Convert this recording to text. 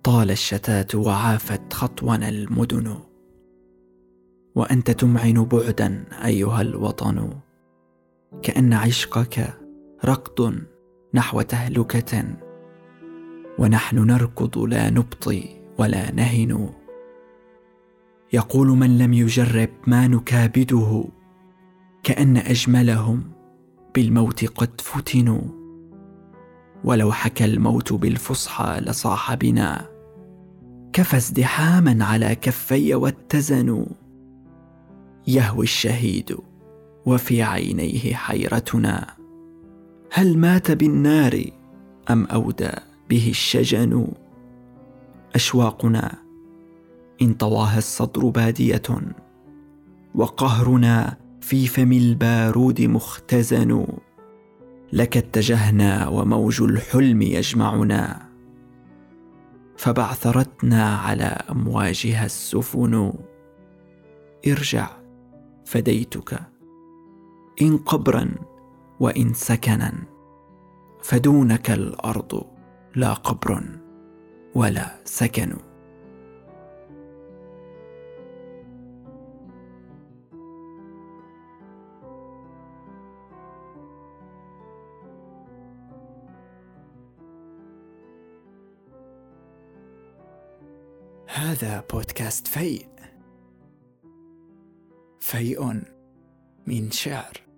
طال الشتات وعافت خطونا المدن، وأنت تمعن بعدا أيها الوطن، كأن عشقك ركض نحو تهلكة، ونحن نركض لا نبطي ولا نهن. يقول من لم يجرب ما نكابده، كأن أجملهم بالموت قد فتنوا، ولو حكى الموت بالفصحى لصاح بنا، كفى ازدحاما على كفي واتزنوا. يهوي الشهيد وفي عينيه حيرتنا، هل مات بالنار أم أودى به الشجن؟ أشواقنا إن طواها الصدر بادية، وقهرنا في فم البارود مختزن. لك اتجهنا وموج الحلم يجمعنا، فبعثرتنا على أمواجها السفن. ارجع فديتك إن قبرا وإن سكنا، فدونك الأرض لا قبر ولا سكن. هذا بودكاست فيء من شعر.